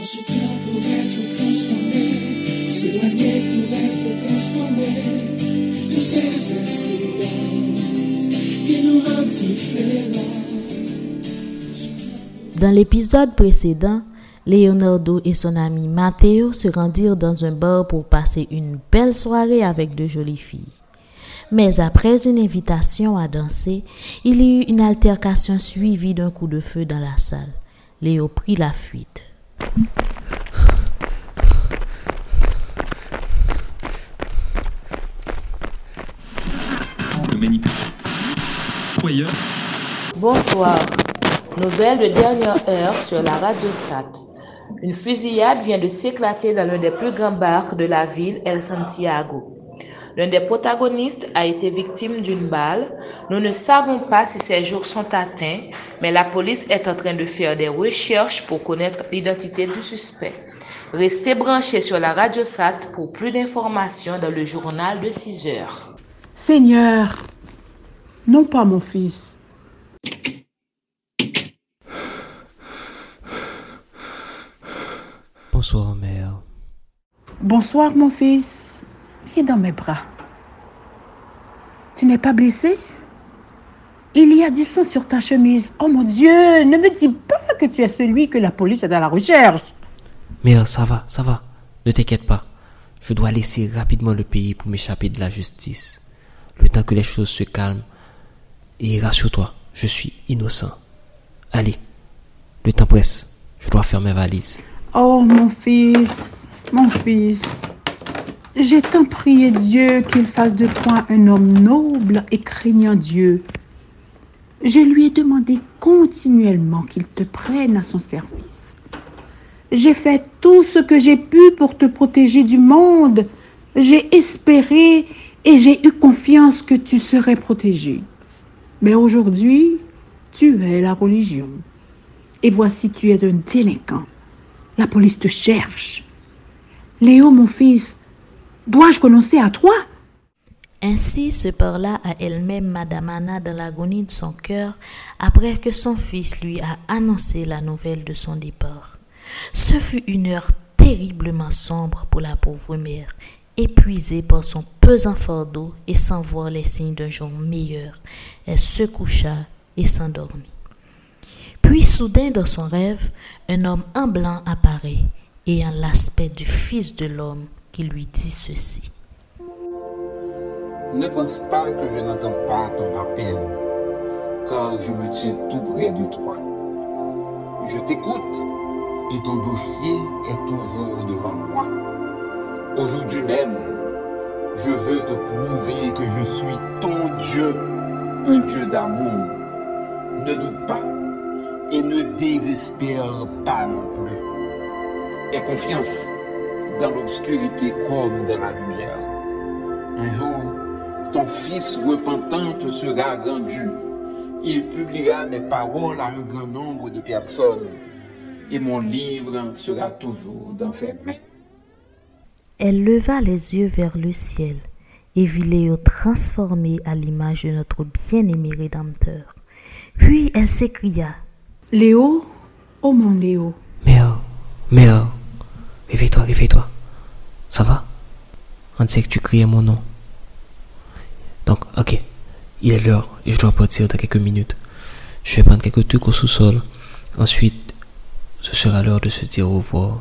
ce cœur pour être transformé, faut s'éloigner pour être transformé de ces influences qui nous rendent différents. Dans l'épisode précédent, Leonardo et son ami Matteo se rendirent dans un bar pour passer une belle soirée avec de jolies filles. Mais après une invitation à danser, il y eut une altercation suivie d'un coup de feu dans la salle. Léo prit la fuite. Le manipulateur. Bonsoir. Nouvelle de dernière heure sur la radio SAT. Une fusillade vient de s'éclater dans l'un des plus grands bars de la ville, El Santiago. L'un des protagonistes a été victime d'une balle. Nous ne savons pas si ses jours sont atteints, mais la police est en train de faire des recherches pour connaître l'identité du suspect. Restez branchés sur la radio SAT pour plus d'informations dans le journal de 6 heures. Seigneur, non pas mon fils. Bonsoir, mère. Bonsoir, mon fils. Viens dans mes bras. Tu n'es pas blessé? Il y a du sang sur ta chemise. Oh mon Dieu, ne me dis pas que tu es celui que la police est à la recherche. Mère, ça va. Ne t'inquiète pas. Je dois laisser rapidement le pays pour m'échapper de la justice. Le temps que les choses se calment. Et rassure-toi, je suis innocent. Allez, le temps presse. Je dois faire mes valises. Oh mon fils. J'ai tant prié Dieu qu'il fasse de toi un homme noble et craignant Dieu. Je lui ai demandé continuellement qu'il te prenne à son service. J'ai fait tout ce que j'ai pu pour te protéger du monde. J'ai espéré et j'ai eu confiance que tu serais protégé. Mais aujourd'hui, tu es la religion. Et voici, tu es un délinquant. La police te cherche. Léo, mon fils, dois-je renoncer à toi? Ainsi se parla à elle-même Madame Anna dans l'agonie de son cœur après que son fils lui a annoncé la nouvelle de son départ. Ce fut une heure terriblement sombre pour la pauvre mère, épuisée par son pesant fardeau et sans voir les signes d'un jour meilleur. Elle se coucha et s'endormit. Puis soudain dans son rêve, un homme en blanc apparaît, ayant l'aspect du Fils de l'homme, qui lui dit ceci. Ne pense pas que je n'entends pas ton appel, car je me tiens tout près de toi. Je t'écoute et ton dossier est toujours devant moi. Aujourd'hui même, je veux te prouver que je suis ton Dieu, un Dieu d'amour. Ne doute pas et ne désespère pas non plus. Aie confiance dans l'obscurité comme dans la lumière. Un jour, ton fils repentant te sera rendu. Il publiera mes paroles à un grand nombre de personnes et mon livre sera toujours dans ses mains. Elle leva les yeux vers le ciel et vit Léo transformé à l'image de notre bien-aimé Rédempteur. Puis elle s'écria. Léo, oh mon Léo. Mère, réveille-toi. Ça va? On sait que tu criais mon nom. Donc, ok, il est l'heure et je dois partir dans quelques minutes. Je vais prendre quelques trucs au sous-sol. Ensuite, ce sera l'heure de se dire au revoir.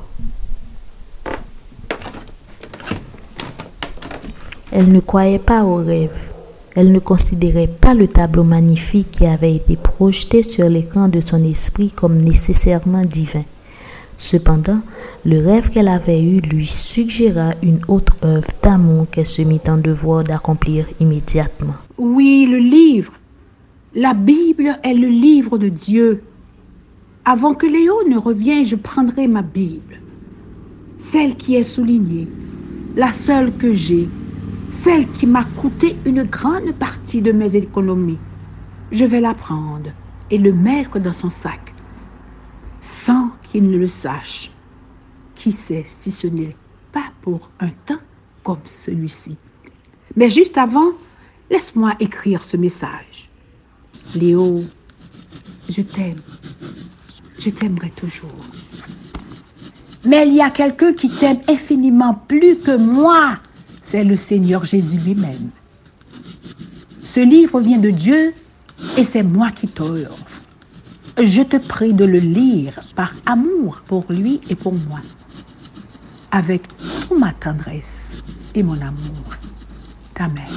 Elle ne croyait pas au rêve. Elle ne considérait pas le tableau magnifique qui avait été projeté sur l'écran de son esprit comme nécessairement divin. Cependant, le rêve qu'elle avait eu lui suggéra une autre œuvre d'amour qu'elle se mit en devoir d'accomplir immédiatement. Oui, le livre. La Bible est le livre de Dieu. Avant que Léo ne revienne, je prendrai ma Bible. Celle qui est soulignée, la seule que j'ai, celle qui m'a coûté une grande partie de mes économies. Je vais la prendre et le mettre dans son sac, sans qu'il ne le sache. Qui sait si ce n'est pas pour un temps comme celui-ci. Mais juste avant, laisse-moi écrire ce message. Léo, je t'aime. Je t'aimerai toujours. Mais il y a quelqu'un qui t'aime infiniment plus que moi. C'est le Seigneur Jésus lui-même. Ce livre vient de Dieu et c'est moi qui te l'offre. Je te prie de le lire par amour pour lui et pour moi, avec toute ma tendresse et mon amour. Ta mère.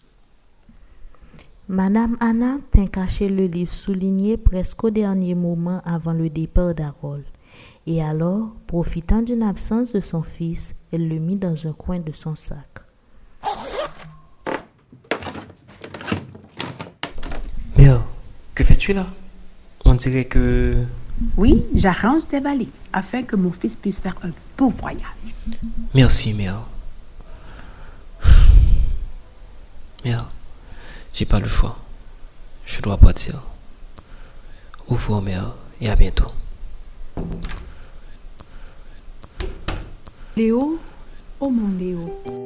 Madame Anna tint caché le livre souligné presque au dernier moment avant le départ d'Harold. Et alors, profitant d'une absence de son fils, elle le mit dans un coin de son sac. Mère, que fais-tu là? On dirait que... Oui, j'arrange tes valises afin que mon fils puisse faire un beau voyage. Merci, mère. Mère, j'ai pas le choix. Je dois partir. Au revoir, mère, et à bientôt. Léo, oh mon Léo.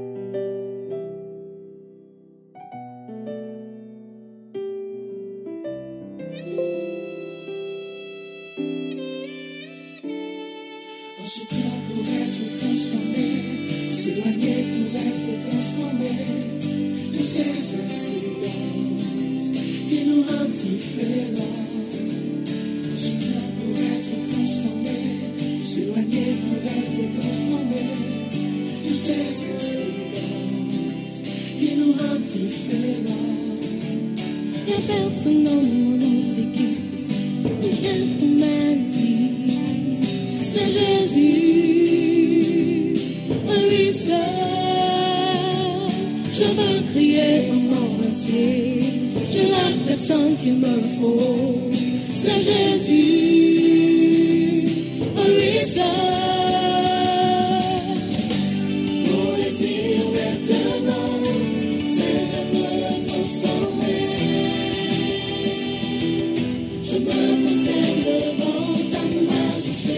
On se tient pour être transformé, faut s'éloigner pour être transformé de ces influences qui nous rendent différents. On se tient pour être transformé, faut s'éloigner pour être transformé de ces influences qui nous rendent différents. Y'a personne dans le monde entier qui puisse bien ton vie. C'est Jésus, lui seul. Je veux crier au monde entier. J'ai la personne qu'il me faut. C'est Jésus, lui seul. Pour le dire maintenant, c'est d'être transformé. Je me prosterne devant ta majesté.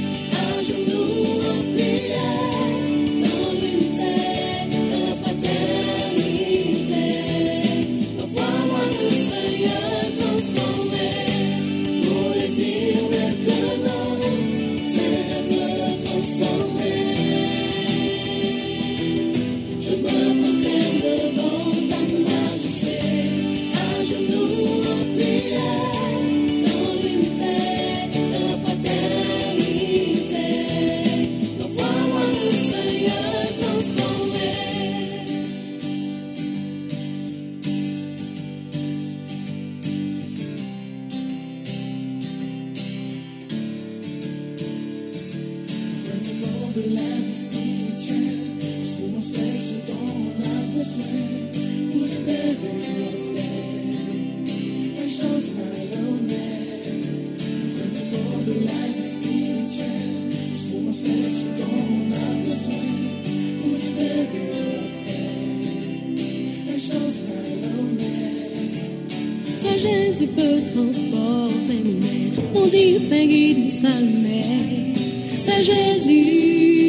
De la vie spirituelle, parce que l'on sait ce dont on a besoin pour libérer notre âme, la chance malhonnête. Renouveau de la vie spirituelle, parce que l'on sait ce dont on a besoin pour libérer notre âme, la chance malhonnête. Soit Jésus peut transformer mes maîtres, mon divin guide, mon seul maître. C'est Jésus,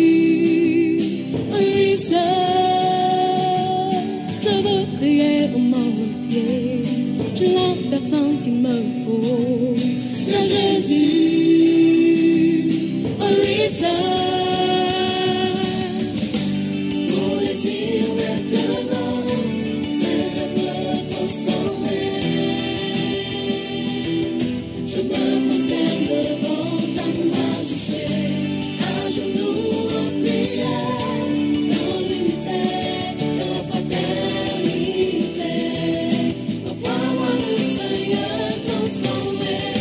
lui seul. Je veux crier au monde entier. J'ai la personne qu'il me faut. C'est Jésus, lui seul. Mon désir maintenant, c'est d'être transformé. Je me prosterne devant ta majesté. Transformé.